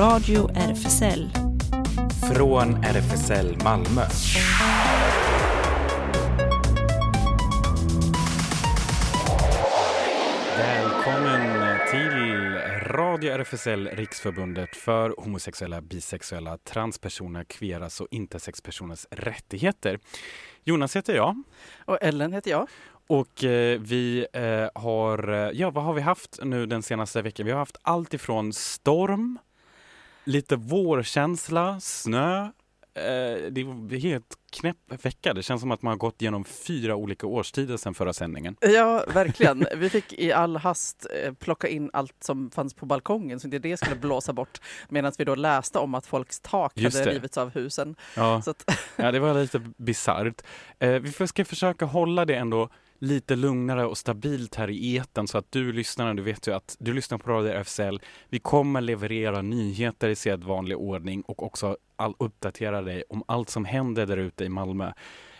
Radio RFSL. Från RFSL Malmö. Välkommen till Radio RFSL, Riksförbundet för homosexuella, bisexuella, transpersoner, kveras och intersexpersoners rättigheter. Jonas heter jag. Och Ellen heter jag. Och vi har, vad har vi haft nu den senaste veckan? Vi har haft allt ifrån storm, lite vårkänsla, snö. Det är helt knäpp vecka. Det känns som att man har gått igenom 4 olika årstider sedan förra sändningen. Ja, verkligen. Vi fick i all hast plocka in allt som fanns på balkongen så inte det skulle blåsa bort. Medan vi då läste om att folks tak hade rivits av husen. Ja, så att ja, det var lite bisarrt. Vi ska försöka hålla det ändå lite lugnare och stabilt här i eten så att du lyssnar, du vet ju att du lyssnar på Radio RFSL. Vi kommer leverera nyheter i sedvanlig ordning och också uppdatera dig om allt som händer där ute i Malmö.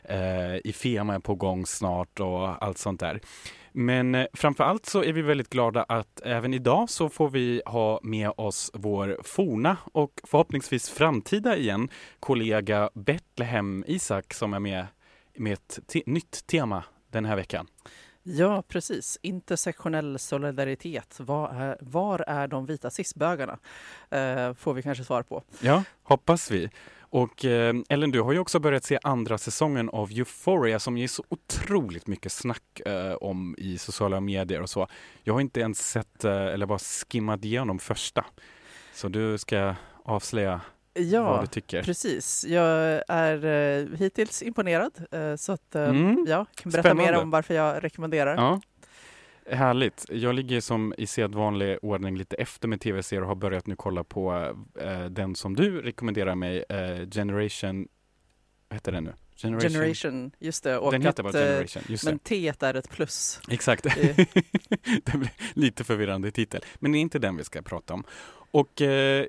I FEMA är på gång snart och allt sånt där. Men framförallt så är vi väldigt glada att även idag så får vi ha med oss vår forna och förhoppningsvis framtida igen kollega Betlehem Isak som är med ett nytt tema den här veckan. Ja, precis. Intersektionell solidaritet. Var är de vita cisbögarna? Får vi kanske svar på. Ja, hoppas vi. Och Ellen, du har ju också börjat se andra säsongen av Euphoria som ger så otroligt mycket snack om i sociala medier och så. Jag har inte ens sett eller bara skimmat igenom första. Så du ska avslöja vad du tycker. Precis. Jag är hittills imponerad så att jag kan berätta Spännande. mer om varför jag rekommenderar. Ja. Härligt. Jag ligger som i sedvanlig ordning lite efter med tv-serier och har börjat nu kolla på den som du rekommenderar mig, Generation. Vad heter den nu? Generation, just det. Och den heter bara Generation, just men det. T är ett plus. Exakt. Det blir lite förvirrande titel. Men det är inte den vi ska prata om. Och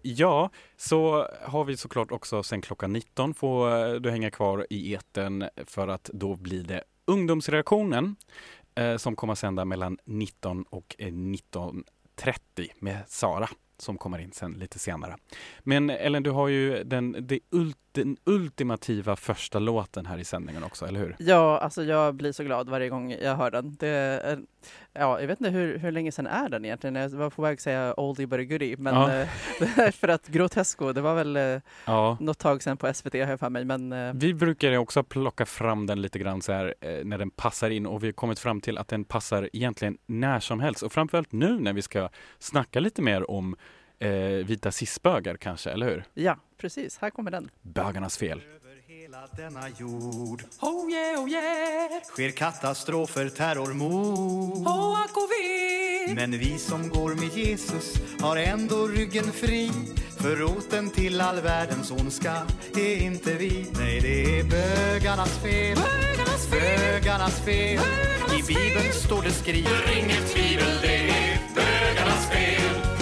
så har vi såklart också sen klockan 19 får du hänga kvar i eten för att då blir det ungdomsreaktionen som kommer att sända mellan 19 och 19.30 med Sara som kommer in sen lite senare. Men Ellen, du har ju den ultimativa första låten här i sändningen också, eller hur? Ja, alltså jag blir så glad varje gång jag hör den. Jag vet inte hur länge sedan är den egentligen. Jag var på väg att säga oldie but a goodie, men för att Grotesco, det var väl något tag sedan på SVT har jag för mig. Men vi brukar ju också plocka fram den lite grann så här när den passar in och vi har kommit fram till att den passar egentligen när som helst och framförallt nu när vi ska snacka lite mer om vita cisbögar kanske, eller hur? Ja, precis. Här kommer den. Bögarnas fel. Hela denna jord, oh yeah, oh yeah, sker katastrofer, terrormord, oh ack och ve. Men vi som går med Jesus har ändå ryggen fri, för roten till all världens ondska är inte vi. Nej, det är bögarnas fel, bögarnas fel, bögarnas fel. I Bibeln står det skrivet, inget tvivel, det är bögarnas fel.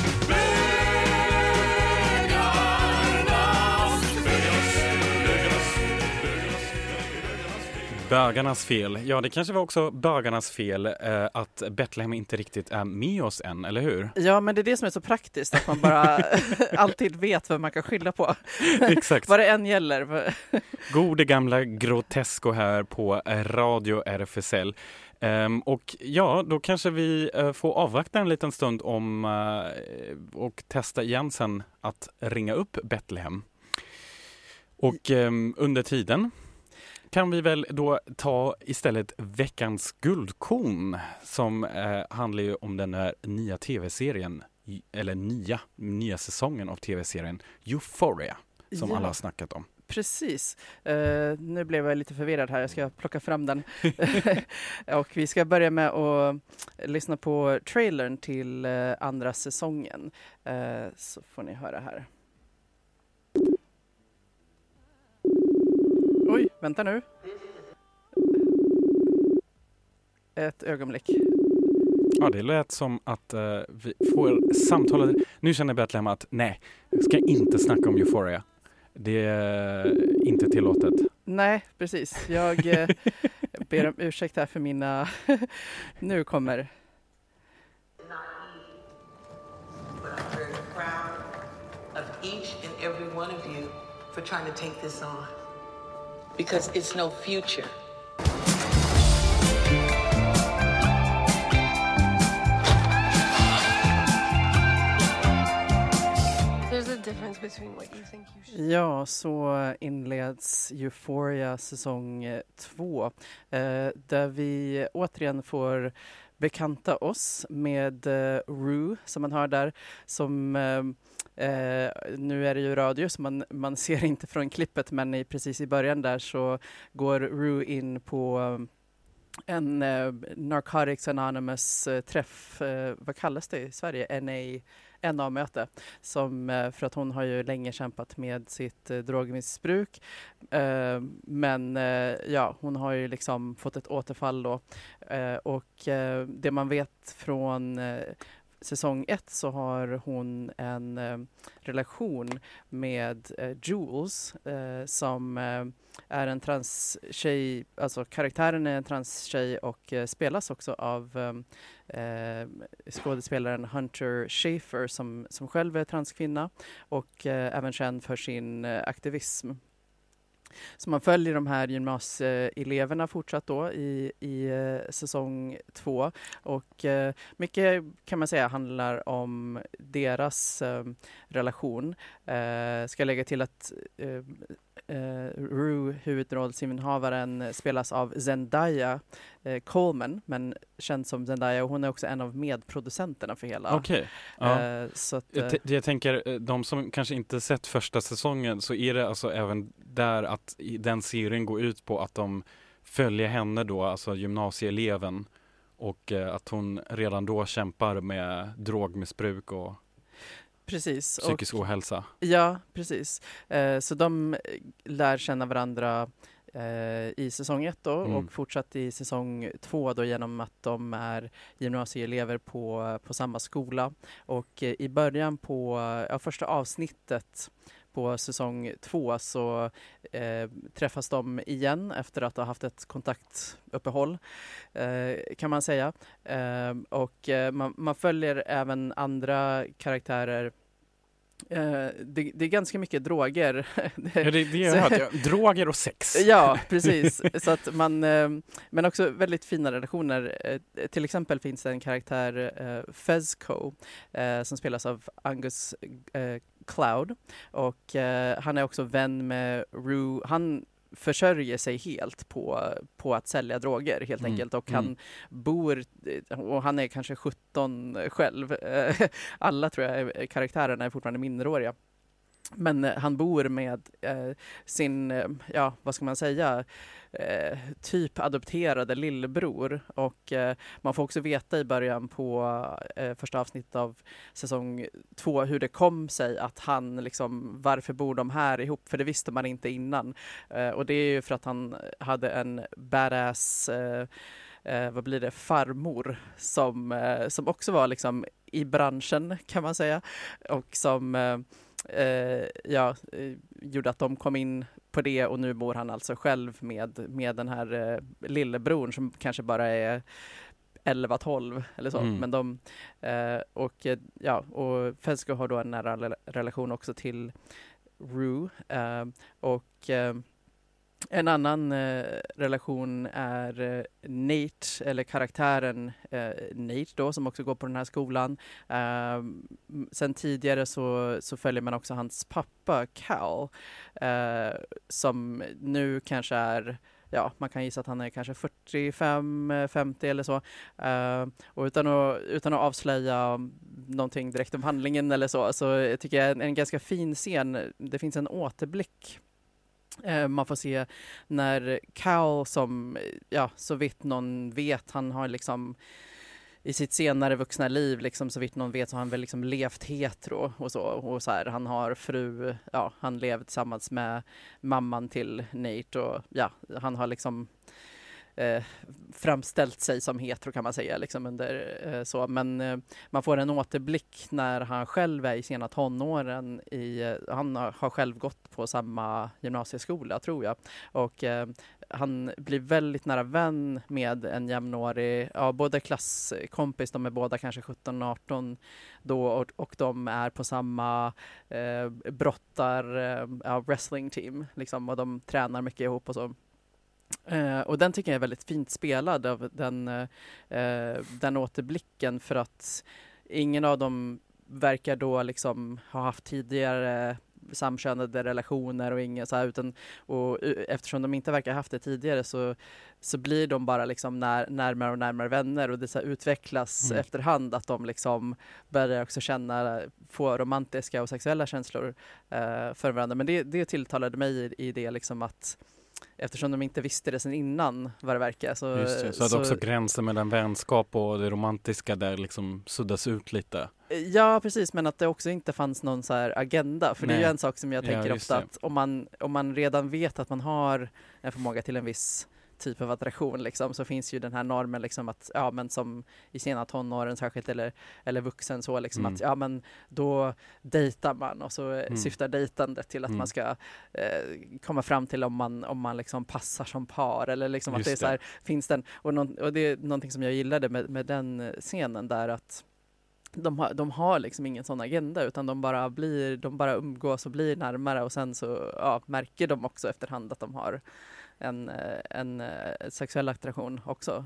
Bögarnas fel. Ja, det kanske var också bögarnas fel att Betlehem inte riktigt är med oss än, eller hur? Ja, men det är det som är så praktiskt, att man bara alltid vet vad man kan skylla på. Exakt. Vad det än gäller. Gode gamla Grotesco här på Radio RFSL. Och ja, då kanske vi får avvakta en liten stund om och testa igen sen att ringa upp Betlehem. Och under tiden kan vi väl då ta istället veckans guldkorn som handlar ju om den här nya tv-serien, eller nya säsongen av tv-serien Euphoria som alla har snackat om. Precis. Nu blev jag lite förvirrad här. Jag ska plocka fram den. Och vi ska börja med att lyssna på trailern till andra säsongen. Så får ni höra här. Oj, vänta nu. Ett ögonblick. Ja, det lät som att vi får samtala. Nu känner Betlehem att nej, jag ska inte snacka om Euphoria. Det är inte tillåtet. Nej, precis. Jag ber om ursäkt här för mina... Nu kommer... every one of you for trying to take this on. Because it's no future. Ja, så inleds Euphoria säsong 2 där vi återigen får bekanta oss med Rue som man hör där, som nu är det ju radio så man ser inte från klippet, men precis i början där så går Rue in på en Narcotics Anonymous träff, vad kallas det i Sverige? NA-möte, som för att hon har ju länge kämpat med sitt drogmissbruk, men ja, hon har ju liksom fått ett återfall då, och det man vet från säsong 1 så har hon en relation med Jules som är en transtjej, alltså karaktären är en transtjej och spelas också av skådespelaren Hunter Schafer som själv är transkvinna och även känd för sin aktivism. Så man följer de här gymnasieeleverna fortsatt då i säsong 2 och mycket kan man säga handlar om deras relation. Ska lägga till att Rue, huvudrollsinnehavaren, spelas av Zendaya Coleman, men känd som Zendaya, och hon är också en av medproducenterna för hela. Okej. Ja. Så att, jag tänker, de som kanske inte sett första säsongen, så är det alltså även där att den serien går ut på att de följer henne då, alltså gymnasieeleven, och att hon redan då kämpar med drogmissbruk och precis, psykisk ohälsa. Ja, precis. Så de lär känna varandra i säsong 1 då, och fortsatt i säsong 2 då, genom att de är gymnasieelever på samma skola. Och i början på första avsnittet på säsong 2 så träffas de igen efter att ha haft ett kontaktuppehåll, kan man säga. Och man följer även andra karaktärer. Det är ganska mycket droger. Droger och sex. Ja, precis. Så att men också väldigt fina relationer. Till exempel finns det en karaktär, Fezco, som spelas av Angus Cloud. Och han är också vän med Rue. Han försörjer sig helt på att sälja droger helt enkelt, och han bor, och han är kanske 17 själv. Alla tror jag karaktärerna är fortfarande minderåriga. Men han bor med sin, vad ska man säga, typ adopterade lillebror. Och man får också veta i början på första avsnittet av säsong 2 hur det kom sig att han liksom, varför bor de här ihop? För det visste man inte innan. Och det är ju för att han hade en badass farmor som också var liksom i branschen, kan man säga. Och som gjorde att de kom in på det, och nu bor han alltså själv med den här lillebror som kanske bara är 11-12 eller så. Men de och Fezco har då en nära relation också till Rue, och en annan relation är Nate, eller karaktären Nate då, som också går på den här skolan. Sen tidigare så följer man också hans pappa Cal, som nu kanske är, man kan gissa att han är kanske 45-50 eller så. Och utan att avslöja någonting direkt om handlingen eller så jag tycker jag en ganska fin scen. Det finns en återblick. Man får se när Cal, som så vitt någon vet, han har liksom i sitt senare vuxna liv, liksom, så vitt någon vet, så har han väl liksom levt hetero och så här. Han har fru, han lever tillsammans med mamman till Nate, och han har liksom framställt sig som hetero kan man säga liksom under så, men man får en återblick när han själv är i sena tonåren han har själv gått på samma gymnasieskola tror jag, och han blir väldigt nära vän med en jämnårig, både klasskompis, de är båda kanske 17-18 då, och de är på samma wrestling team liksom, och de tränar mycket ihop och så. Och den tycker jag är väldigt fint spelad av den återblicken, för att ingen av dem verkar då liksom ha haft tidigare samkönade relationer och inga så här, och eftersom de inte verkar ha haft det tidigare så blir de bara liksom närmare och närmare vänner, och det så här utvecklas efterhand att de liksom börjar också få romantiska och sexuella känslor för varandra. Men det tilltalade mig i det liksom, att eftersom de inte visste det sen innan vad det verkar. Så att också gränsen mellan vänskap och det romantiska där liksom suddas ut lite. Ja, precis, men att det också inte fanns någon så här agenda. För det är ju en sak som jag tänker ofta, att om man redan vet att man har en förmåga till en viss typ av attraktion liksom, så finns ju den här normen liksom, att men som i sena tonåren särskilt, eller vuxen så liksom, att men då dejtar man, och så syftar dejtandet till att man ska komma fram till om man liksom passar som par, eller liksom att det är så här, finns den, och det är någonting som jag gillade med den scenen där, att de har liksom ingen sån agenda, utan de bara umgås och blir närmare, och sen så märker de också efterhand att de har en sexuell attraktion också.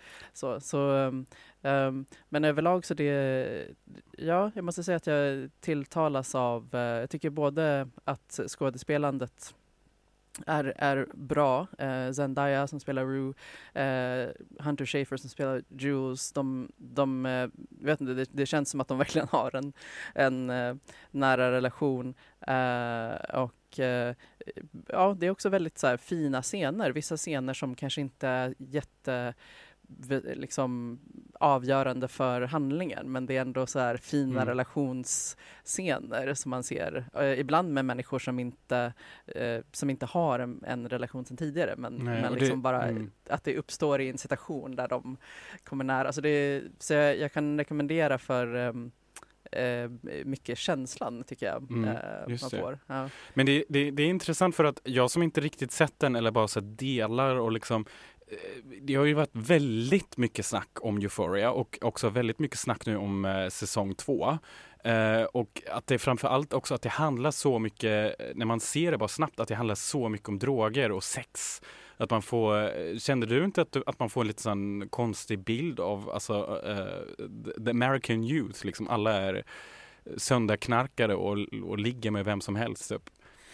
Men överlag så jag måste säga att jag tilltalas av, jag tycker både att skådespelandet är bra. Zendaya som spelar Rue, Hunter Schafer som spelar Jules, de vet inte, det känns som att de verkligen har en nära relation, och det är också väldigt så här fina scener. Vissa scener som kanske inte är jätte liksom avgörande för handlingen, men det är ändå så här fina relationsscener som man ser ibland med människor som inte har en relation sedan tidigare, men liksom att det uppstår i en situation där de kommer nära. Så jag kan rekommendera för mycket känslan, tycker jag, man får. Ja. Men det är intressant, för att jag som inte riktigt sett den, eller bara så delar, och liksom det har ju varit väldigt mycket snack om Euphoria, och också väldigt mycket snack nu om säsong 2. Och att det framförallt också att det handlar så mycket, när man ser det bara snabbt, att det handlar så mycket om droger och sex. Att man kände du inte att man får en lite sån konstig bild av the American youth, liksom alla är söndagknarkare och ligger med vem som helst typ?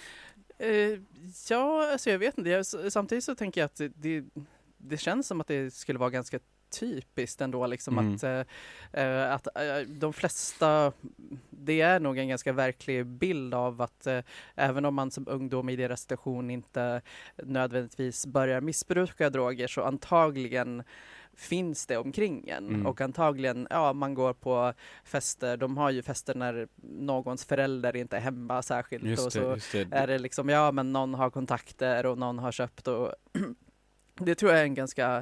Alltså jag vet inte. Samtidigt så tänker jag att det känns som att det skulle vara ganska typiskt ändå, liksom, att de flesta, det är nog en ganska verklig bild av att även om man som ungdom i deras situation inte nödvändigtvis börjar missbruka droger, så antagligen finns det omkring en, och antagligen, man går på fester, de har ju fester när någons förälder inte är hemma särskilt, och så är det liksom, men någon har kontakter och någon har köpt, och det tror jag är en ganska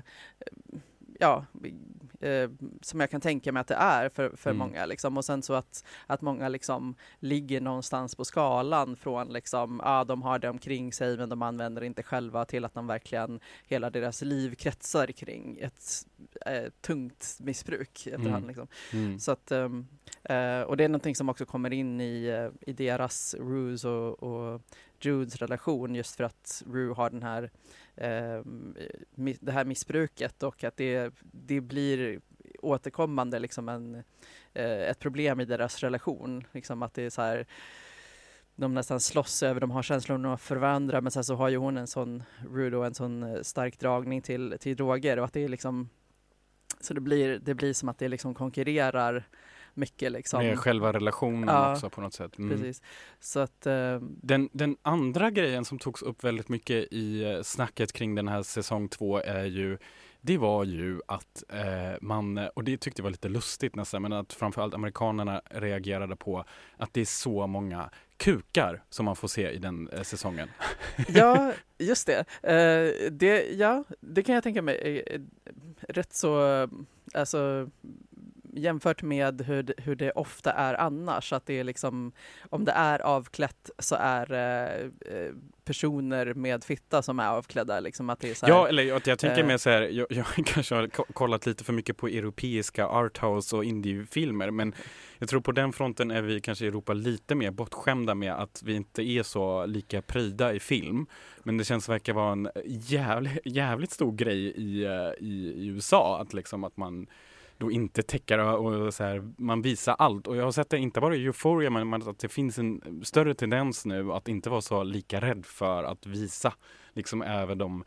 som jag kan tänka mig att det är för många liksom. Och sen så att många liksom ligger någonstans på skalan från liksom, de har det omkring sig men de använder det inte själva, till att de verkligen, hela deras liv kretsar kring ett tungt missbruk efterhand liksom. Så att och det är någonting som också kommer in i deras Rues och Judes relation, just för att Rue har den här det här missbruket, och att det blir återkommande liksom ett problem i deras relation, liksom att det är så här, de nästan slåss över, de har känslorna för varandra, men sen så har ju hon en sån Rue en sån stark dragning till droger, och att det är liksom, så det blir som att det liksom konkurrerar mycket liksom. Med själva relationen också på något sätt. Precis. Så att, den andra grejen som togs upp väldigt mycket i snacket kring den här säsong 2 det var ju att man, och det tyckte jag var lite lustigt nästan, men att framförallt amerikanerna reagerade på att det är så många kukar som man får se i den säsongen. Ja, just det. Det kan jag tänka mig är rätt så, alltså jämfört med hur det ofta är annars, att det är liksom, om det är avklätt så är personer med fitta som är avklädda liksom, att det är så här, ja, eller jag tänker mer så här, jag kanske har kollat lite för mycket på europeiska arthouse och indiefilmer, men jag tror på den fronten är vi kanske i Europa lite mer bortskämda med att vi inte är så lika pryda i film, men det känns verkar vara en jävligt stor grej i USA att liksom att man då inte täcker och så här, man visar allt. Och jag har sett det inte bara i Euphoria, men att det finns en större tendens nu att inte vara så lika rädd för att visa liksom även de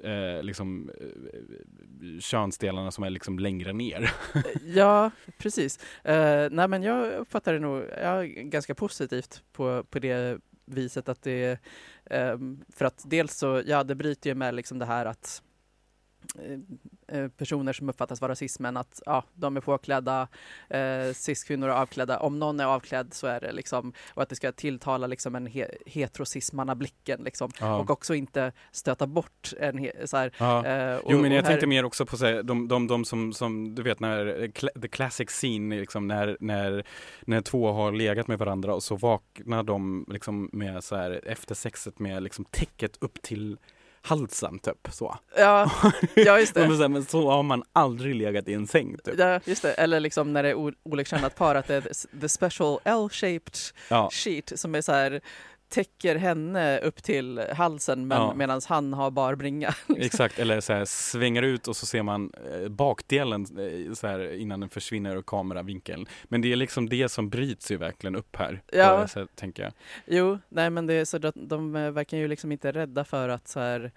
könsdelarna som är liksom längre ner. Ja, precis. Nej, men jag uppfattar det nog ganska positivt på det viset att det för att dels så, det bryter ju med liksom det här att personer som uppfattas vara cis-män att de är påklädda, cis-kvinnor är avklädda. Om någon är avklädd så är det liksom, och att det ska tilltala liksom en heterocismanna-blicken liksom, och också inte stöta bort en så här. Men jag tänkte mer också på så här, de som du vet, när the classic scene liksom, när två har legat med varandra och så vaknar de liksom med så här efter sexet med liksom täcket upp till halsen typ så. Ja, just det. Men så har man aldrig legat i en säng typ. Ja, just det. Eller liksom när det är olikönat par att det är the special L-shaped sheet som är så här täcker henne upp till halsen medan han har bara bringa. Liksom. Exakt, eller så här svänger ut och så ser man bakdelen så här innan den försvinner ur kameravinkeln. Men det är liksom det som bryts ju verkligen upp här. Ja. Så tänker jag. Jo, nej men det är så att de verkar ju liksom inte rädda för att så här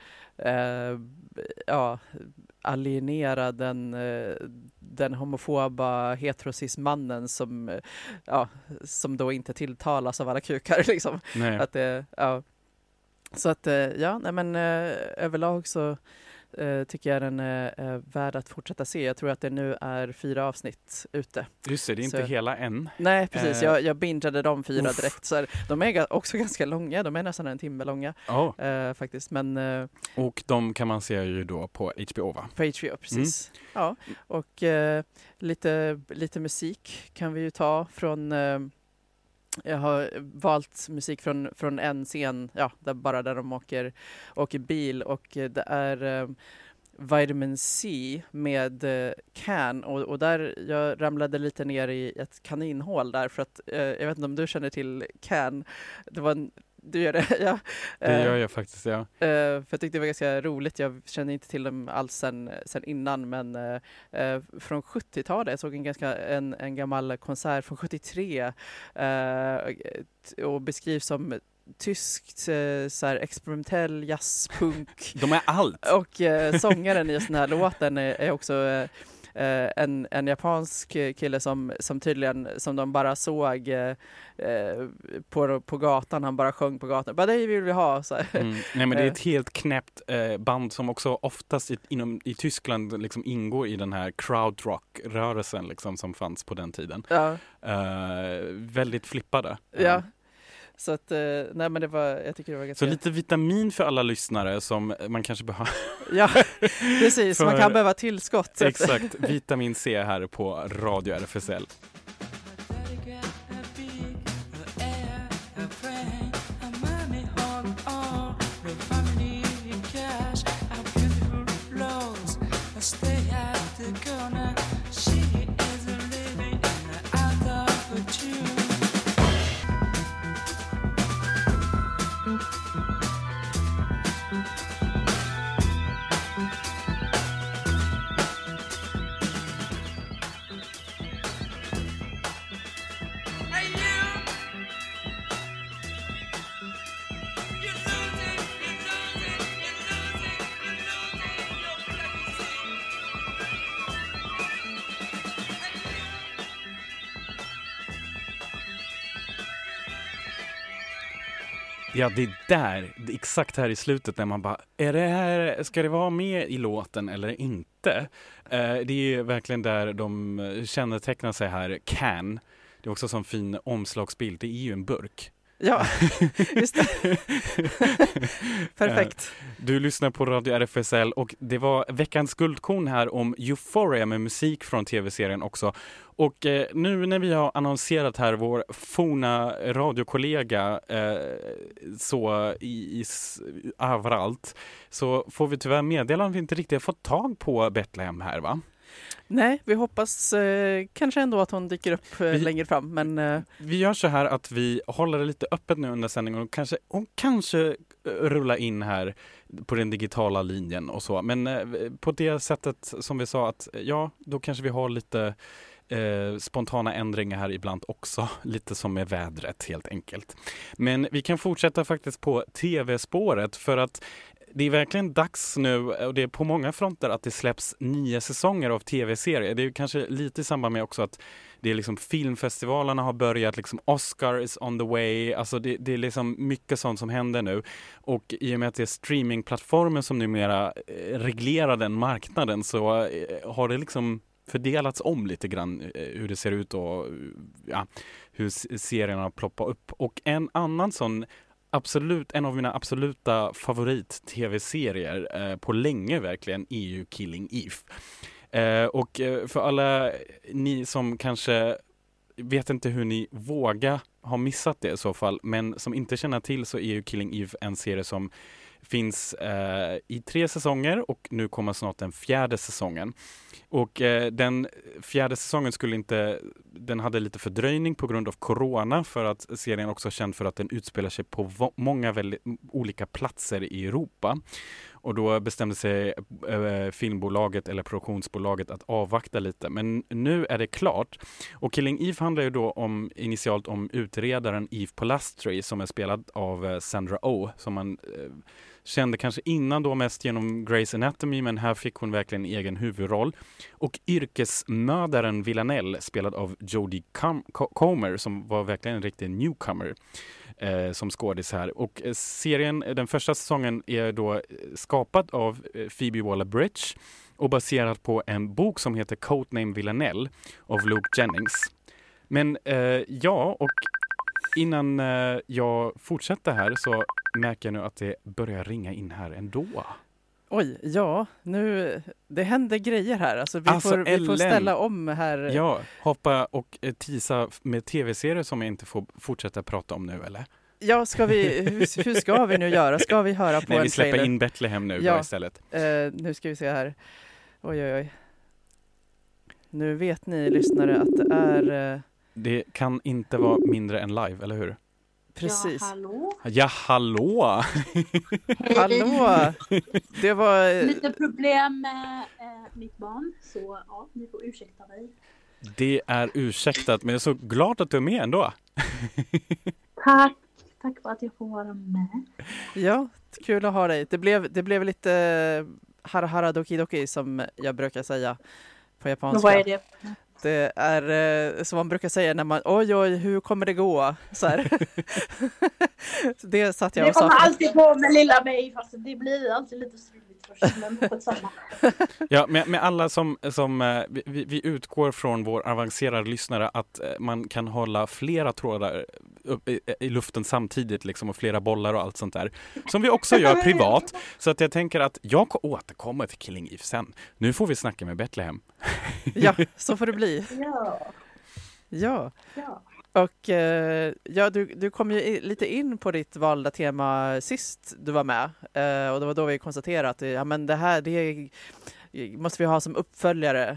alienera den homofoba heterosis-mannen som då inte tilltalas av alla kukar liksom. Nej. Att det, så att överlag så tycker jag den är värd att fortsätta se. Jag tror att det nu är 4 avsnitt ute. Just det, är inte hela än. Nej, precis. Jag bingeade de 4 direkt. Så de är också ganska långa. De är nästan 1 timme långa faktiskt. Men, och de kan man se ju då på HBO, va? På HBO, precis. Ja, och lite musik kan vi ju ta från... Jag har valt musik från en scen, där de åker bil, och det är Vitamin C med Can, och där jag ramlade lite ner i ett kaninhål där, för att jag vet inte om du känner till Can. Du gör det, ja. Det gör jag faktiskt, ja. För jag tyckte det var ganska roligt. Jag kände inte till dem alls sen innan, men från 70-talet, jag såg en gammal konsert från 73 och beskrivs som tyskt så här experimentell jazzpunk. De är allt! Och sångaren i den här låten är också en japansk kille som tydligen, som de bara såg på gatan, han bara sjöng på gatan. Bara det vill vi ha. Så nej, men det är ett helt knäppt band som också oftast i Tyskland liksom ingår i den här crowdrock-rörelsen liksom, som fanns på den tiden. Ja. Väldigt flippade. Ja. Så att, nej men jag tycker det var ganska... Så lite vitamin för alla lyssnare som man kanske behöver... Ja, precis. Man kan behöva tillskott. Exakt. Vitamin C här på Radio RFSL. Ja, det är där, exakt här i slutet när man bara, ska det vara med i låten eller inte? Det är verkligen där de kännetecknar sig här, Can. Det är också en sån fin omslagsbild, det är ju en burk. Ja, just det. Perfekt. Du lyssnar på Radio RFSL och det var veckans guldkorn här om Euphoria med musik från tv-serien också. Och nu när vi har annonserat här vår forna radiokollega överallt, så får vi tyvärr meddela att vi inte riktigt har fått tag på Betlehem här, va? Nej, vi hoppas kanske ändå att hon dyker upp längre fram. Men, vi gör så här att vi håller det lite öppet nu under sändningen och kanske rulla in här på den digitala linjen och så. Men på det sättet som vi sa att då kanske vi har lite spontana ändringar här ibland också. Lite som med vädret helt enkelt. Men vi kan fortsätta faktiskt på tv-spåret för att det är verkligen dags nu och det är på många fronter att det släpps 9 säsonger av tv-serier. Det är kanske lite i samband med också att det är liksom filmfestivalerna har börjat, liksom Oscar is on the way. Alltså det är liksom mycket sånt som händer nu. Och i och med att det är streamingplattformen som numera reglerar den marknaden så har det liksom fördelats om lite grann hur det ser ut och hur serierna ploppar upp. Och en annan sån en av mina absoluta favorit-tv-serier på länge verkligen är ju Killing Eve. Och för alla ni som kanske vet inte hur ni vågar ha missat det i så fall, men som inte känner till så är ju Killing Eve en serie som finns i 3 säsonger och nu kommer snart den 4:e säsongen. Och den 4:e säsongen den hade lite fördröjning på grund av corona för att serien också är känd för att den utspelar sig på många väldigt olika platser i Europa. Och då bestämde sig filmbolaget eller produktionsbolaget att avvakta lite. Men nu är det klart. Och Killing Eve handlar ju då initialt om utredaren Eve Polastri som är spelad av Sandra Oh som man kände kanske innan då mest genom Grey's Anatomy, men här fick hon verkligen en egen huvudroll. Och yrkesmördaren Villanelle spelad av Jodie Comer som var verkligen en riktig newcomer som skådis här. Och den första säsongen är då skapad av Phoebe Waller-Bridge och baserad på en bok som heter Codename Villanelle av Luke Jennings. Men och innan jag fortsätter här så märker jag nu att det börjar ringa in här ändå. Oj, det händer grejer här. Alltså, vi får ställa om här. Ja, hoppa och tisa med tv-serier som jag inte får fortsätta prata om nu, eller? Ja, hur ska vi nu göra? Ska vi höra på en trailer? Vi släpper in Betlehem nu istället. Nu ska vi se här. Oj. Nu vet ni lyssnare att det är... Det kan inte vara mindre än live, eller hur? Precis. Ja, hallå? Ja, hallå! Hallå! Det var... Lite problem med mitt barn, så ja, ni får ursäkta mig. Det är ursäktat, men jag är så glad att du är med ändå. Tack för att jag får vara med. Ja, kul att ha dig. Det blev lite hara doki doki som jag brukar säga på japanska. Vad är det? Det är som man brukar säga när man oj, hur kommer det gå? Så här. Det satt jag och sa. Det kommer alltid på med lilla mig, fast det blir alltid lite struligt först, men på samma. Ja, med alla som vi utgår från vår avancerade lyssnare att man kan hålla flera trådar upp i luften samtidigt liksom, och flera bollar och allt sånt där. Som vi också gör privat. Så att jag tänker att jag återkommer till Killing Eve sen. Nu får vi snacka med Betlehem. Ja, så får det bli. Ja. Och du kom ju lite in på ditt valda tema sist du var med. Och det var då vi konstaterade att det måste vi ha som uppföljare.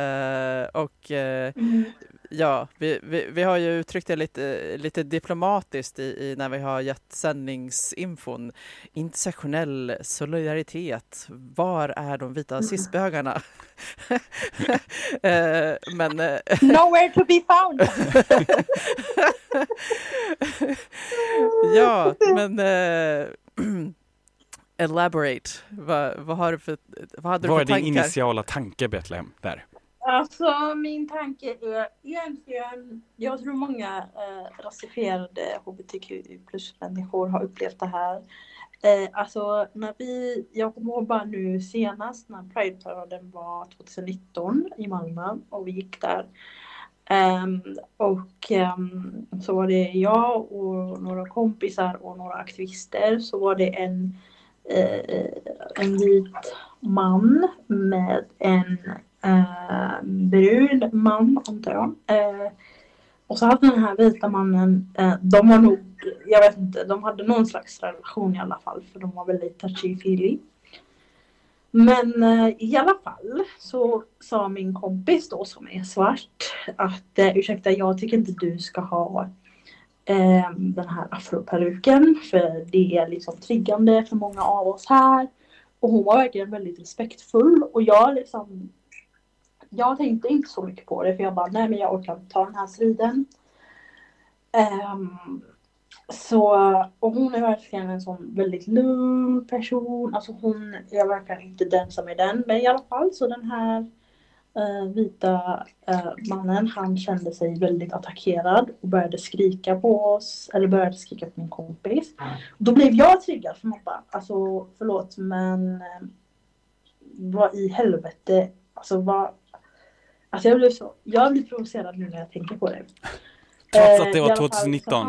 Vi har ju uttryckt det lite diplomatiskt när vi har gett sändningsinfon. Intersektionell solidaritet. Var är de vita cisbögarna? Nowhere to be found. Ja, men elaborate. Vad hade du för tankar? Vad är din initiala tanke, Betlehem, där? Alltså, min tanke är egentligen, jag tror många rasifierade hbtq+-människor har upplevt det här. Alltså, jag kommer ihåg bara nu senast när Pride-paraden var 2019 i Malmö och vi gick där. Så var det jag och några kompisar och några aktivister. Så var det en vit man med en brun man, antar jag. Och så hade den här vita mannen, de var nog, jag vet inte, de hade någon slags relation i alla fall, för de var väldigt touchy-feely. Men i alla fall så sa min kompis då, som är svart, att ursäkta, jag tycker inte du ska ha den här afroperuken, för det är liksom triggande för många av oss här. Och hon var verkligen väldigt respektfull, och jag tänkte inte så mycket på det, för jag bara, nej men jag orkar inte ta den här striden. Och hon är verkligen en sån väldigt lugn person. Alltså hon är verkligen inte den som är den. Men i alla fall så den här vita mannen, han kände sig väldigt attackerad och började skrika på oss. Eller började skrika på min kompis. Då blev jag triggad, för man bara, alltså förlåt, men vad i helvete. Alltså jag blir provocerad nu när jag tänker på det. Trots att det var 2019.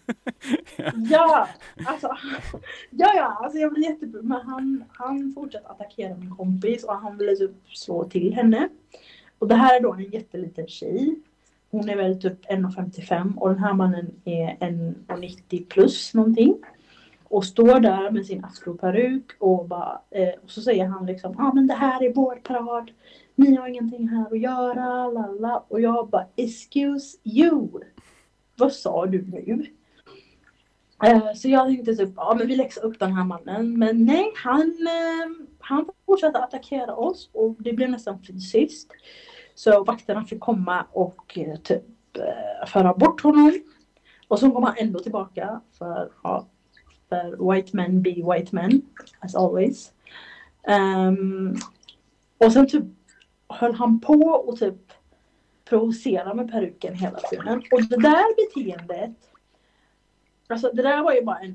Alltså jag blir jättebra. Men han fortsatte attackera min kompis, och han ville typ slå till henne. Och det här är då en jätteliten tjej. Hon är väl typ 1,55, och den här mannen är 1,90 plus någonting. Och står där med sin afroperuk och bara, och så säger han liksom, men det här är vår parad. Ni har ingenting här att göra, lalla. Och jag bara, excuse you. Vad sa du nu? Så jag tänkte typ, men vi läxar upp den här mannen. Men nej, han fortsatte attackera oss, och det blev nästan fysiskt. Så vakterna fick komma och typ föra bort honom. Och så kom han ändå tillbaka, för white men be white men, as always. Och sen typ höll han på och typ provocera med peruken hela tiden. Och det där beteendet, alltså det där var ju bara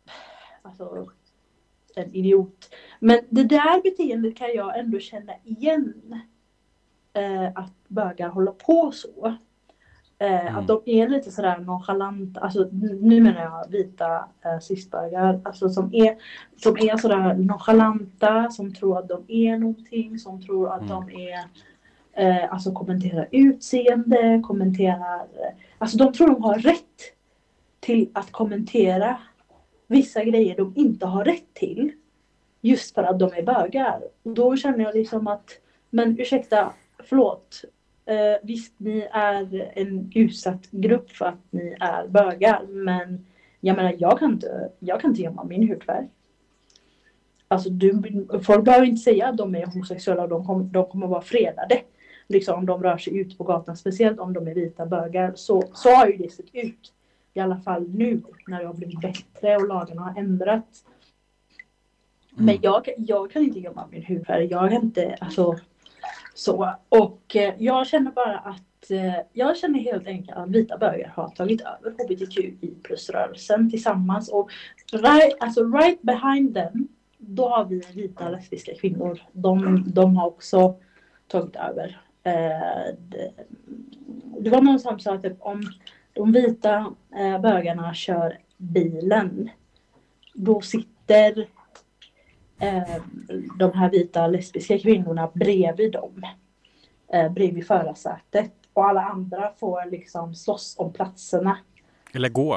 en idiot. Men det där beteendet kan jag ändå känna igen, att bögar håller på så. Att de är lite sådär nonchalanta, alltså nu menar jag vita cisbögar, alltså som är sådär nonchalanta, som tror att de är någonting, som tror att de är alltså kommenterar utseende, alltså de tror de har rätt till att kommentera vissa grejer de inte har rätt till, just för att de är bögar. Och då känner jag liksom att, men ursäkta, förlåt, visst ni är en utsatt grupp för att ni är bögar, men jag menar, jag kan inte gömma min hudfärg. Alltså folk behöver inte säga att de är homosexuella, och de kommer vara fredade. Liksom om de rör sig ut på gatan, speciellt om de är vita bögar, så har ju det sett ut. I alla fall nu när det har blivit bättre och lagarna har ändrats. Men jag kan inte gömma min hudfärg. Jag kan inte, alltså så. Och jag känner bara att jag känner helt enkelt att vita bögar har tagit över HBTQI+-rörelsen tillsammans. Och right behind them, då har vi vita lesbiska kvinnor. De har också tagit över. Det var någon som sa att om de vita bögarna kör bilen, då sitter de här vita lesbiska kvinnorna bredvid dem, bredvid förarsätet, och alla andra får liksom slåss om platserna. Eller gå.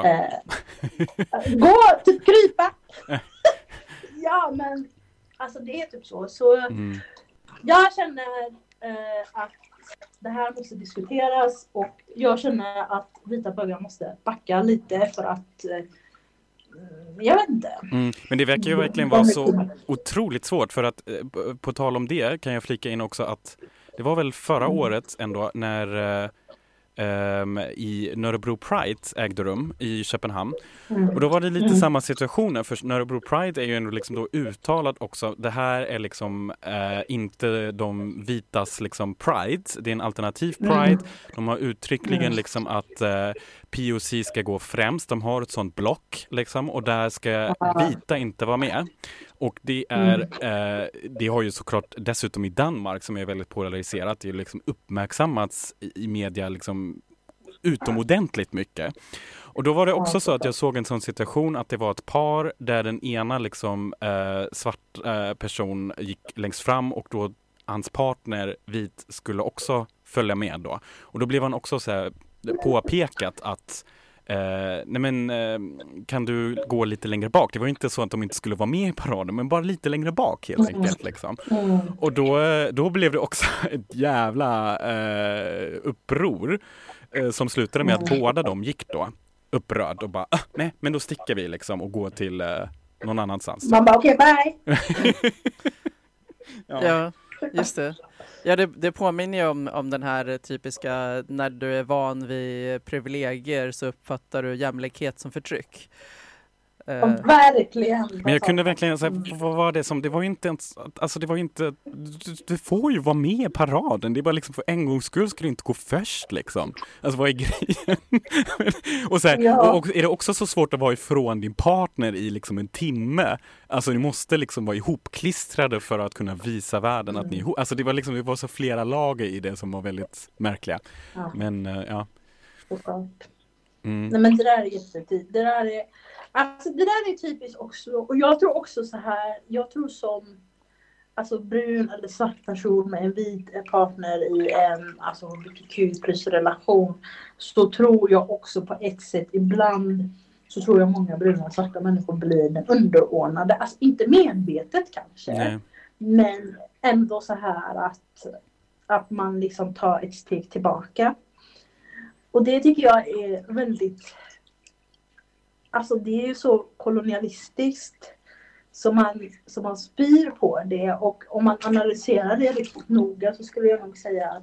Typ krypa. Ja, men alltså det är typ så jag känner att det här måste diskuteras, och jag känner att vita bögar måste backa lite, för att jag vet inte. Men det verkar ju verkligen vara så otroligt svårt, för att på tal om det kan jag flika in också att det var väl förra året ändå när i Nörrebro Pride ägde rum i Köpenhamn. Och då var det lite samma situationer, för Nörrebro Pride är ju ändå liksom då uttalat också, det här är liksom inte de vitas liksom Pride, det är en alternativ Pride. De har uttryckligen liksom att POC ska gå främst, de har ett sånt block liksom, och där ska vita inte vara med. Och det är, det har ju såklart dessutom i Danmark som är väldigt polariserat, det är liksom uppmärksammats i media liksom utomordentligt mycket. Och då var det också så att jag såg en sån situation att det var ett par där den ena liksom svart person gick längst fram och då hans partner vit skulle också följa med då. Och då blev han också så här påpekat att kan du gå lite längre bak? Det var inte så att de inte skulle vara med i paraden, men bara lite längre bak helt enkelt. Liksom. Och då blev det också ett jävla uppror som slutade med att båda de gick då upprörd och bara, nej, men då sticker vi liksom och går till någon annanstans. Man bara, okej, bye! Ja, just det. Ja, det påminner ju om den här typiska, när du är van vid privilegier så uppfattar du jämlikhet som förtryck. Verkligen. Men jag kunde verkligen säga, vad var det som, det var ju inte ens, alltså det var ju inte, du får ju vara med i paraden, det är bara liksom för en gångs skull ska du inte gå först liksom. Alltså vad är grejen? Och, så här, och är det också så svårt att vara ifrån din partner i liksom en timme? Alltså ni måste liksom vara ihopklistrade för att kunna visa världen att ni är ihop. Alltså det var så flera lager i det som var väldigt märkliga. Ja. Men ja. Nej, men det där är jättetydligt. Det där är typiskt också, och jag tror också så här, jag tror som alltså brun eller svart person med en vit partner i en alltså HBTQ plus relation, så tror jag också på ett sätt ibland så tror jag många bruna och svarta människor blir den underordnade, alltså inte medvetet kanske, men ändå så här att man liksom tar ett steg tillbaka. Och det tycker jag är väldigt, alltså det är ju så kolonialistiskt som man spyr på det, och om man analyserar det riktigt noga så skulle jag nog säga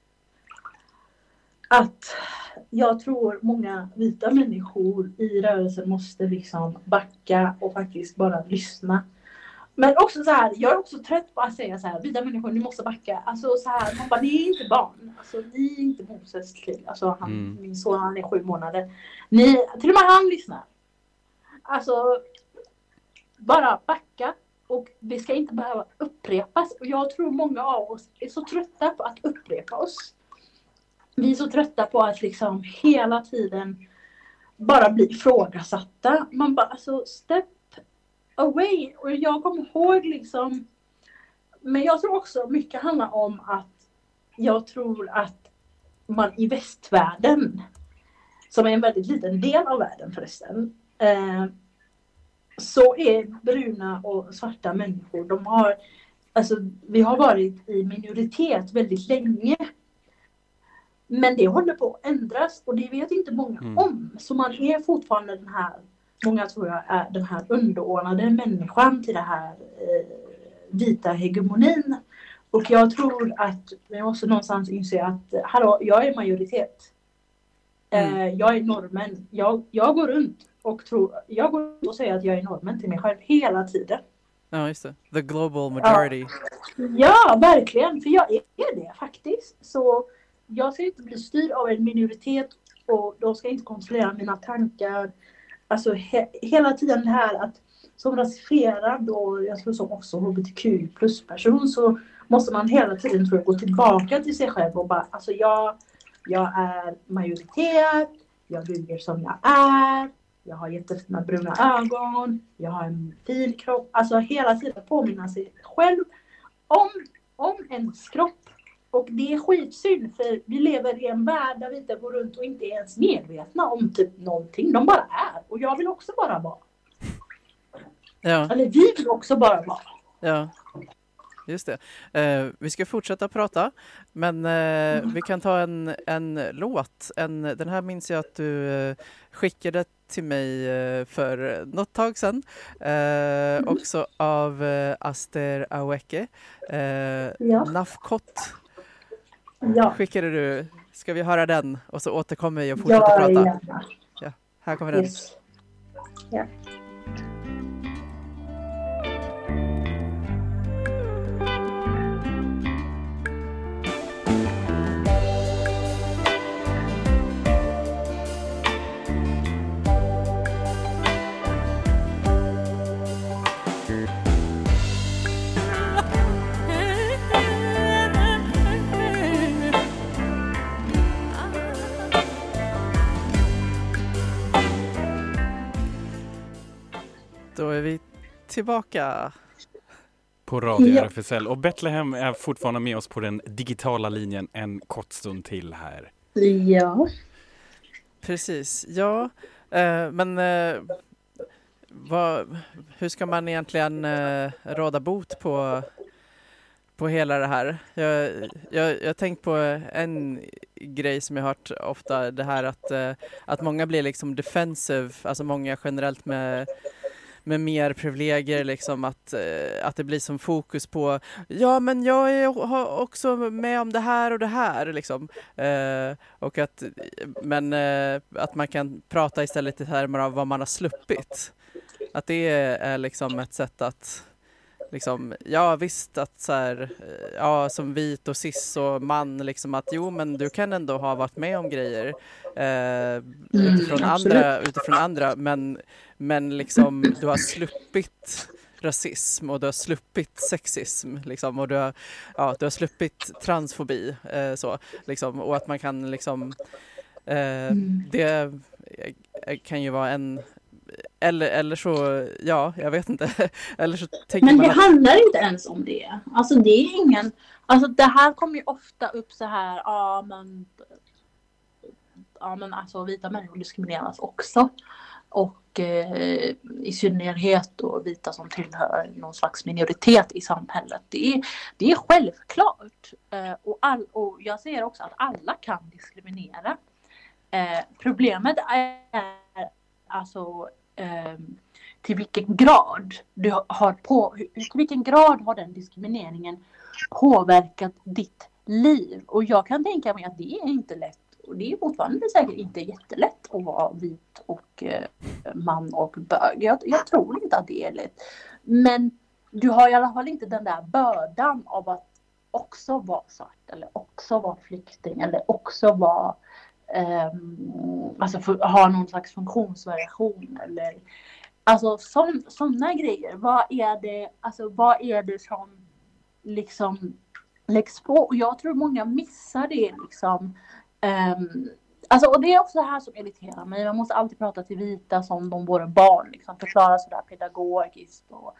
att jag tror många vita människor i rörelsen måste liksom backa och faktiskt bara lyssna. Men också så här, jag är också trött på att säga så här, vita människor, ni måste backa. Alltså så här, man bara, ni är inte barn. Alltså ni är inte Moses till. Alltså min son, han är 7 månader. Till och med han lyssnar. Alltså, bara backa. Och det ska inte behöva upprepas. Och jag tror många av oss är så trötta på att upprepa oss. Vi är så trötta på att liksom hela tiden bara bli ifrågasatta. Man bara, alltså step away. Och jag kommer ihåg liksom, men jag tror också mycket handlar om att jag tror att man i västvärlden, som är en väldigt liten del av världen förresten, så är bruna och svarta människor, vi har varit i minoritet väldigt länge. Men det håller på att ändras och det vet inte många om. Så man är fortfarande den här, många tror jag är den här underordnade människan till det här vita hegemonin. Och jag tror att vi måste någonstans inse att hallå, jag är majoritet. Jag är normen. Jag går runt och säger att jag är normen till mig själv hela tiden. Ja, just det. The global majority. Ja, verkligen. För jag är det faktiskt. Så jag ska inte bli styrd av en minoritet och de ska inte kontrollera mina tankar. Alltså hela tiden det här att som rasifierad och jag tror som också HBTQ plus person så måste man hela tiden tror jag gå tillbaka till sig själv och bara alltså jag är majoritet, jag duger som jag är, jag har jättefina bruna ögon, jag har en fin kropp. Alltså hela tiden påminna sig själv om ens kropp. Och det är skitsynd för vi lever i en värld där vi inte går runt och inte är ens medvetna om typ någonting. De bara är. Och jag vill också bara vara. Ja. Eller vi vill också bara vara. Ja, just det. Vi ska fortsätta prata. Men vi kan ta en låt. Den här minns jag att du skickade till mig för något tag sedan. Också av Aster Aweke. Nafkot. Ja. Skickade du. Ska vi höra den? Och så återkommer vi och fortsätter prata. Gärna. Ja, här kommer den. Yes. Ja. är vi tillbaka på Radio RFSL. Och Betlehem är fortfarande med oss på den digitala linjen en kort stund till här. Ja. Precis, ja. Men hur ska man egentligen råda bot på hela det här? Jag har tänkt på en grej som jag har hört ofta, det här att många blir liksom defensive, alltså många generellt med mer privilegier, liksom att det blir som fokus på men jag har också med om det här och det här liksom. Och att man kan prata istället i termer av vad man har sluppit. Att det är liksom ett sätt att liksom, visst att så här, som vit och cis och man liksom att men du kan ändå ha varit med om grejer utifrån andra men liksom du har sluppit rasism och du har sluppit sexism liksom, och du har sluppit transfobi så liksom, och att man kan liksom det kan ju vara en eller så, jag vet inte. Eller så tänker men man det handlar inte ens om det. Alltså det är ingen, alltså det här kommer ju ofta upp så här, men alltså vita människor diskrimineras också. Och i synnerhet då vita som tillhör någon slags minoritet i samhället. Det är självklart. Och jag säger också att alla kan diskriminera. Problemet är alltså till vilken grad till vilken grad har den diskrimineringen påverkat ditt liv? Och jag kan tänka mig att det är inte lätt, och det är fortfarande säkert inte jättelätt att vara vit och man och bög. Jag tror inte att det är lätt, men du har i alla fall inte den där bördan av att också vara svart eller också vara flykting eller också vara ha någon slags funktionsvariation eller alltså sådana grejer. Vad är det som liksom läggs på? Och jag tror många missar det liksom. Och det är också det här som irriterar mig. Man måste alltid prata till vita som de våra barn liksom, förklara sådär pedagogiskt och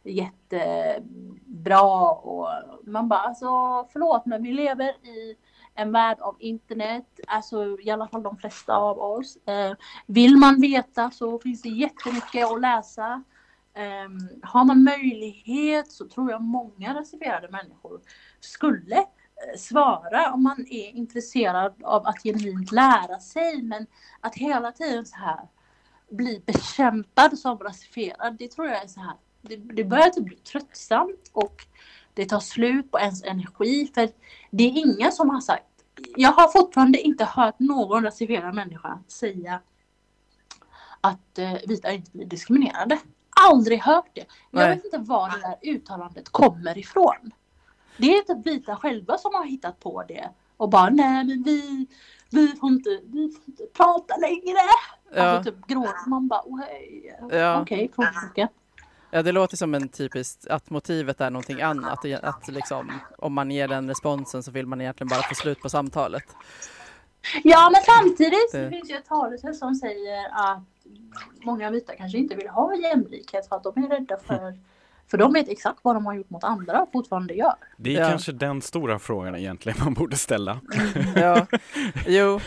jättebra, och man bara alltså förlåt, men vi lever i en värld av internet, alltså i alla fall de flesta av oss. Vill man veta så finns det jättemycket att läsa. Har man möjlighet så tror jag många rasifierade människor skulle svara om man är intresserad av att genuint lära sig, men att hela tiden så här bli bekämpad som rasifierad, det tror jag är så här, det börjar typ bli tröttsamt och det tar slut på ens energi, för det är ingen som har sagt, jag har fortfarande inte hört någon rasifierad människa säga att vita inte blir diskriminerade. Aldrig hört det. Jag vet inte var det där uttalandet kommer ifrån. Det är inte vita själva som har hittat på det och bara nej, men vi får inte prata längre. Alltså typ gråter man bara okej, fråga. Ja, det låter som en typiskt att motivet är någonting annat. Att liksom, om man ger den responsen så vill man egentligen bara få slut på samtalet. Ja, men samtidigt så finns ju ett talesätt som säger att många vita kanske inte vill ha jämlikhet för att de är rädda för de vet exakt vad de har gjort mot andra och fortfarande gör. Det är kanske den stora frågan egentligen man borde ställa. Ja, jo.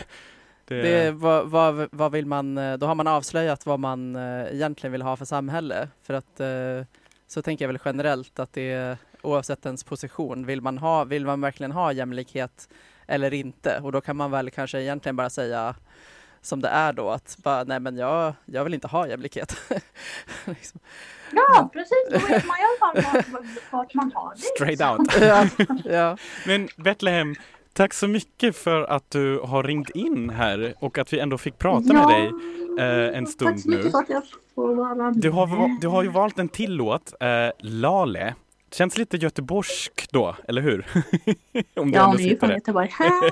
Vad vill man, då har man avslöjat vad man egentligen vill ha för samhälle, för att så tänker jag väl generellt att det är, oavsett ens position, vill man verkligen ha jämlikhet eller inte, och då kan man väl kanske egentligen bara säga som det är då, att bara, nej men jag vill inte ha jämlikhet. Liksom. Ja, precis, då vet man i alla fall vart man har det. Straight out. Ja. Men Betlehem, tack så mycket för att du har ringt in här och att vi ändå fick prata med dig en stund nu. Tack så mycket. Du har ju valt en till låt, Lale. Känns lite göteborgsk då, eller hur? Om du ja, det är ju från Göteborg.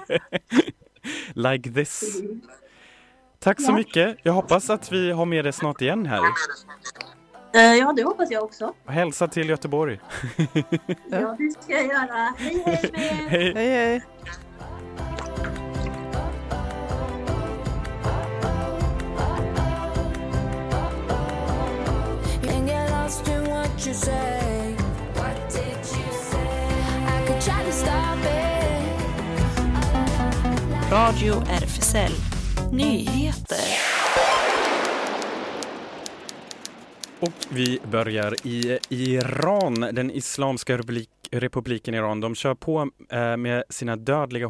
Like this. Tack så mycket. Jag hoppas att vi har med dig snart igen här. Ja, det hoppas jag också. Hälsa till Göteborg. Ja, det ska jag göra. Hej. Hej. Can't get Radio RFSL Nyheter. Och vi börjar i Iran, den islamska republiken Iran. De kör på med sina dödliga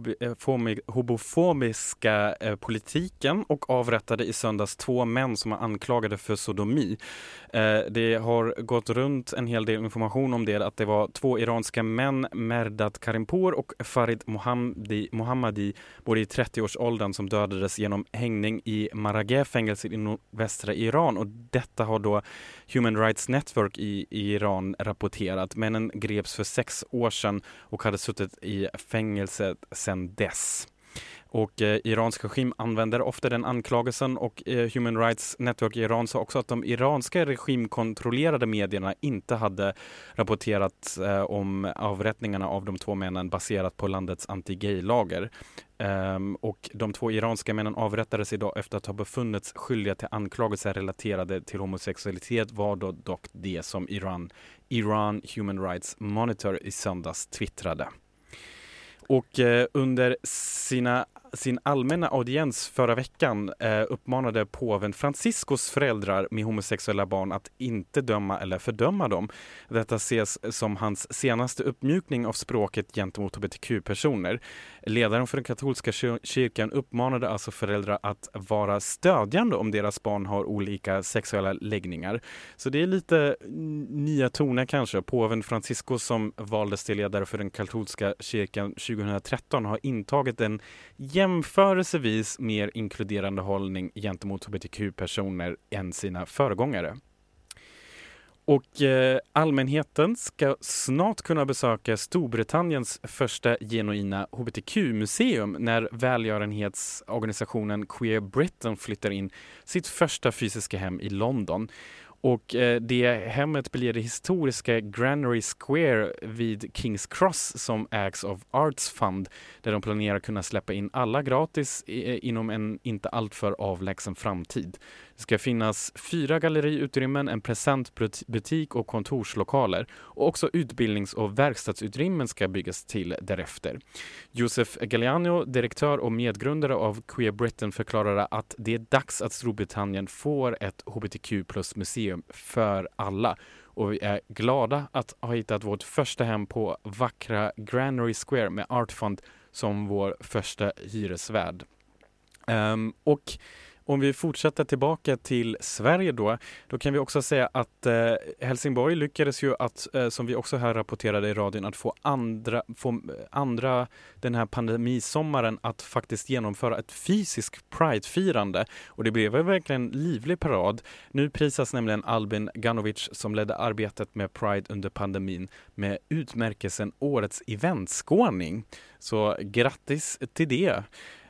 homofobiska politiken och avrättade i söndags 2 män som är anklagade för sodomi. Det har gått runt en hel del information om det, att det var 2 iranska män, Merdad Karimpour och Farid Mohammadi, både i 30-årsåldern, som dödades genom hängning i Marageh-fängelset i nordvästra Iran. Och detta har då Human Rights Network i Iran rapporterat. Männen greps för 6 år sedan och hade suttit i fängelset sedan dess. Och iransk regim använder ofta den anklagelsen, och Human Rights Network i Iran sa också att de iranska regimkontrollerade medierna inte hade rapporterat om avrättningarna av de 2 männen baserat på landets anti-gay-lagar. Och de 2 iranska männen avrättades idag efter att ha befunnits skyldiga till anklagelser relaterade till homosexualitet, var då dock det som Iran Human Rights Monitor i söndags twittrade. Och under sin allmänna audiens förra veckan uppmanade påven Franciscus föräldrar med homosexuella barn att inte döma eller fördöma dem. Detta ses som hans senaste uppmjukning av språket gentemot hbtq-personer. Ledaren för den katolska kyrkan uppmanade alltså föräldrar att vara stödjande om deras barn har olika sexuella läggningar. Så det är lite nya toner kanske. Påven Franciscus, som valdes till ledare för den katolska kyrkan 2013, har intagit en jämförelsevis mer inkluderande hållning gentemot hbtq-personer än sina föregångare. Och allmänheten ska snart kunna besöka Storbritanniens första genuina hbtq-museum när välgörenhetsorganisationen Queer Britain flyttar in sitt första fysiska hem i London. Och det hemmet blir det historiska Granary Square vid King's Cross, som ägs av Arts Fund, där de planerar kunna släppa in alla gratis inom en inte alltför avlägsen framtid. Det ska finnas 4 galleriutrymmen, en presentbutik och kontorslokaler, och också utbildnings- och verkstadsutrymmen ska byggas till därefter. Joseph Galliano, direktör och medgrundare av Queer Britain, förklarade att det är dags att Storbritannien får ett hbtq+-museum för alla. Och vi är glada att ha hittat vårt första hem på vackra Granary Square med Art Fund som vår första hyresvärd. Och om vi fortsätter tillbaka till Sverige då kan vi också säga att Helsingborg lyckades ju att, som vi också här rapporterade i radion, att få andra den här pandemisommaren att faktiskt genomföra ett fysiskt Pride-firande. Och det blev verkligen en livlig parad. Nu prisas nämligen Albin Ganovic, som ledde arbetet med Pride under pandemin, med utmärkelsen Årets eventskåning. Så grattis till det.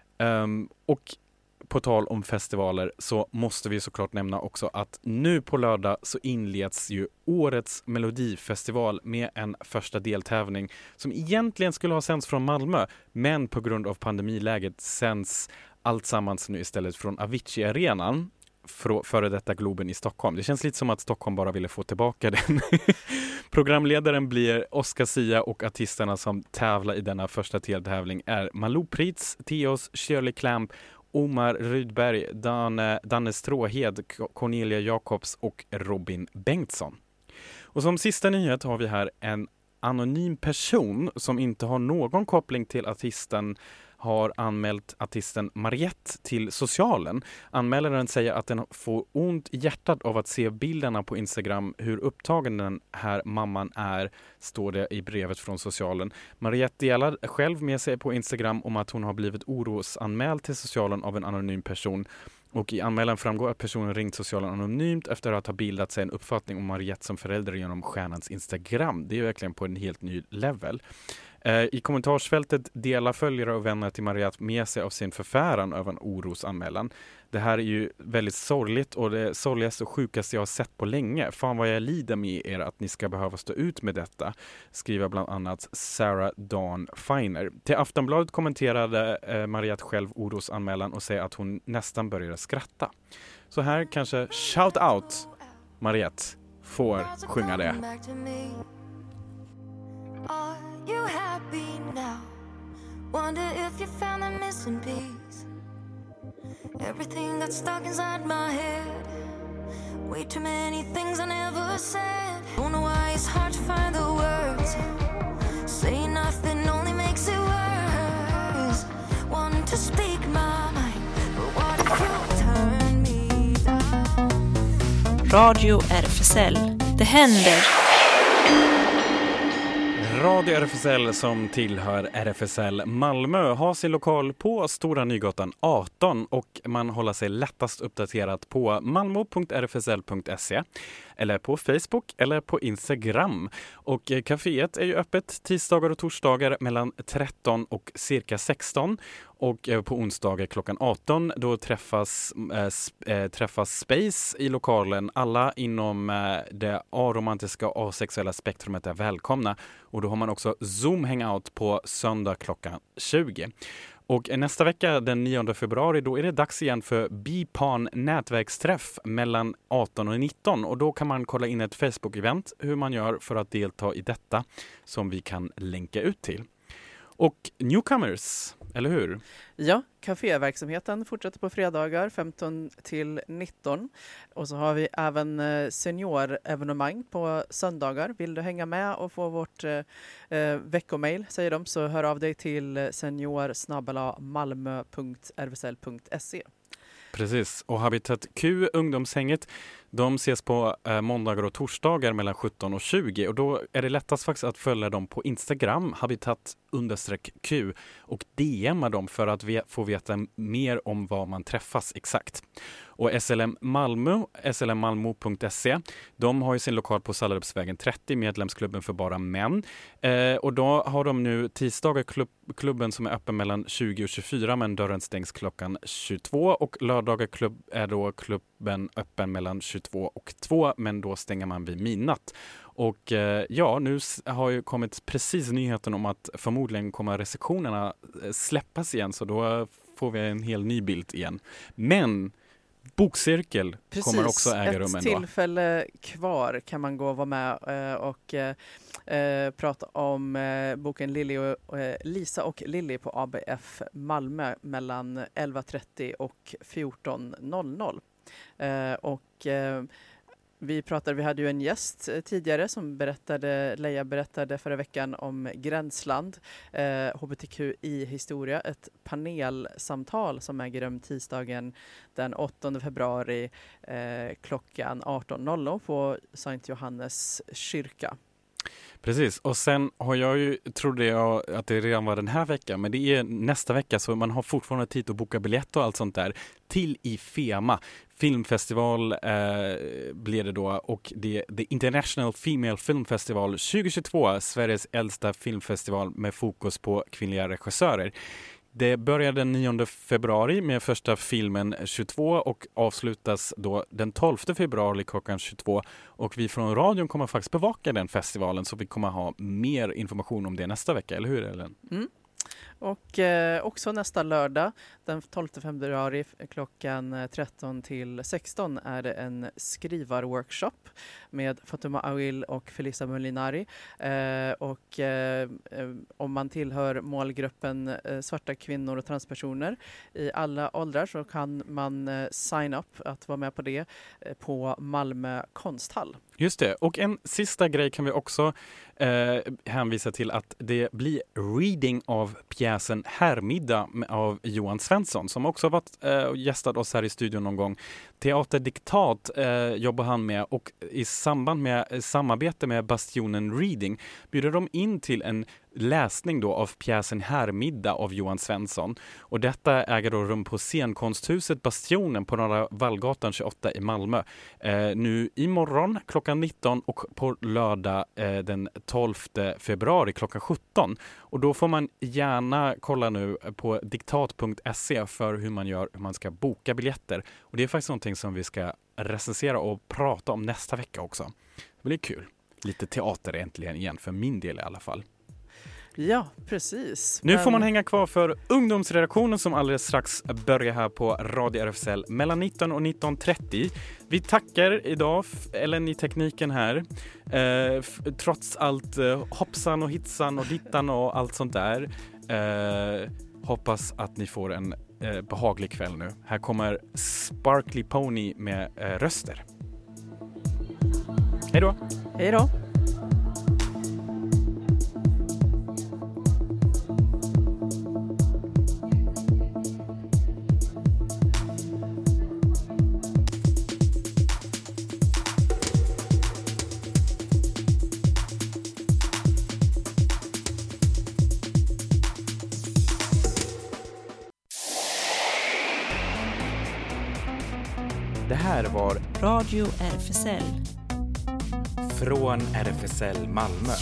Och på tal om festivaler så måste vi såklart nämna också att nu på lördag så inleds ju årets Melodifestival med en första deltävling som egentligen skulle ha sänds från Malmö, men på grund av pandemiläget sänds allt sammans nu istället från Avicii-arenan, före detta Globen i Stockholm. Det känns lite som att Stockholm bara ville få tillbaka den. Programledaren blir Oscar Sia och artisterna som tävlar i denna första deltävling är Malou Pritz, Theos, Shirley Clamp, Omar Rydberg, Danne Stråhed, Cornelia Jacobs och Robin Bengtsson. Och som sista nyhet har vi här en anonym person som inte har någon koppling till artisten har anmält artisten Mariette till socialen. Anmälaren säger att den får ont i hjärtat av att se bilderna på Instagram hur upptagen den här mamman är, står det i brevet från socialen. Mariette delar själv med sig på Instagram om att hon har blivit orosanmäld till socialen av en anonym person. Och i anmälan framgår att personen ringt socialen anonymt efter att ha bildat sig en uppfattning om Mariette som förälder genom stjärnans Instagram. Det är verkligen på en helt ny level. I kommentarsfältet delar följare och vänner till Mariette med sig av sin förfäran över en orosanmälan. Det här är ju väldigt sorgligt och det sorgligaste och sjukaste jag har sett på länge. Fan vad jag lider med er att ni ska behöva stå ut med detta, skriver bland annat Sarah Dawn Finer. Till Aftonbladet kommenterade Mariette själv orosanmälan och säger att hon nästan började skratta. Så här kanske shout out Mariette får sjunga det. Are you happy now? Wonder if you found the missing piece. Everything that's stuck inside my head. Way too many things I never said. Don't know why it's hard to find the words. Say nothing only makes it worse. Want to speak my mind, but what if you turn me down? Radio RFSL. Det händer. Radio RFSL som tillhör RFSL Malmö har sin lokal på Stora Nygatan 18 och man håller sig lättast uppdaterat på malmo.rfsl.se eller på Facebook eller på Instagram. Och kaféet är ju öppet tisdagar och torsdagar mellan 13 och cirka 16 och på onsdagar klockan 18 då träffas Space i lokalen. Alla inom det aromantiska och asexuella spektrumet är välkomna och då har man också Zoom Hangout på söndag klockan 20. Och nästa vecka den 9 februari då är det dags igen för BPAN nätverksträff mellan 18 och 19 och då kan man kolla in ett Facebook-event hur man gör för att delta i detta som vi kan länka ut till. Och newcomers, eller hur? Ja, kaféverksamheten fortsätter på fredagar 15 till 19. Och så har vi även seniorevenemang på söndagar. Vill du hänga med och få vårt veckomail, säger de, så hör av dig till senior@malmo.rfsl.se. Precis, och Habitat Q, ungdomshänget, de ses på måndagar och torsdagar mellan 17 och 20 och då är det lättast faktiskt att följa dem på Instagram, habitat_Q och DMa dem för att få veta mer om vad man träffas exakt. Och SLM Malmö, slmmalmo.se, de har ju sin lokal på Sallarupsvägen 30, medlemsklubben för bara män. Och då har de nu tisdagar klubben som är öppen mellan 20 och 24 men dörren stängs klockan 22 och lördagar är då klubben öppen mellan 22 och 2 men då stänger man vid midnatt. Och ja, nu har ju kommit precis nyheten om att förmodligen kommer restriktionerna släppas igen så då får vi en hel ny bild igen. Men bokcirkel kommer också äga rum ändå. Ett tillfälle kvar kan man gå och vara med och prata om boken Lisa och Lilly på ABF Malmö mellan 11:30 och 14:00. Vi hade ju en gäst tidigare som Leia berättade förra veckan om Gränsland, HBTQI-historia, ett panelsamtal som äger rum tisdagen den 8 februari klockan 18:00 på Sankt Johannes kyrka. Precis, och sen trodde jag att det redan var den här veckan, men det är nästa vecka så man har fortfarande tid att boka biljett och allt sånt där till IFEMA. Filmfestival blir det då och det är The International Female Film Festival 2022, Sveriges äldsta filmfestival med fokus på kvinnliga regissörer. Det börjar den 9 februari med första filmen 22 och avslutas då den 12 februari klockan 22 och vi från radion kommer faktiskt bevaka den festivalen så vi kommer ha mer information om det nästa vecka, eller hur Ellen? Mm. Och också nästa lördag, den 12 februari klockan 13 till 16 är det en skrivarworkshop med Fatuma Awil och Felisa Molinari. Om man tillhör målgruppen svarta kvinnor och transpersoner i alla åldrar så kan man sign up att vara med på det på Malmö konsthall. Just det, och en sista grej kan vi också hänvisa till att det blir reading av pjäsen Härmiddag av Johan Svensson som också har varit gästad oss här i studion någon gång. Teaterdiktat jobbar han med och i samband med samarbete med Bastionen Reading bjuder de in till en läsning då av pjäsen Härmiddag av Johan Svensson. Och detta äger då rum på scenkonsthuset Bastionen på Norra Vallgatan 28 i Malmö. Nu imorgon klockan 19 och på lördag den 12 februari klockan 17. Och då får man gärna kolla nu på diktat.se för hur man ska boka biljetter. Och det är faktiskt någonting som vi ska recensera och prata om nästa vecka också. Det blir kul. Lite teater äntligen igen, för min del i alla fall. Ja, precis. Nu får man hänga kvar för ungdomsredaktionen som alldeles strax börjar här på Radio RFSL mellan 19 och 19:30. Vi tackar idag Ellen i tekniken här. Trots allt hoppsan och hitsan och dittan och allt sånt där. Hoppas att ni får en behaglig kväll nu. Här kommer Sparkly Pony med röster. Hej då! Hej då! Det här var Radio RFSL. Från RFSL Malmö.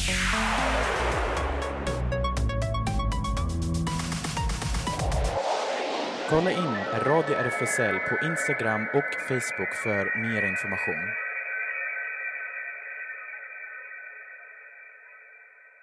Kolla in Radio RFSL på Instagram och Facebook för mer information.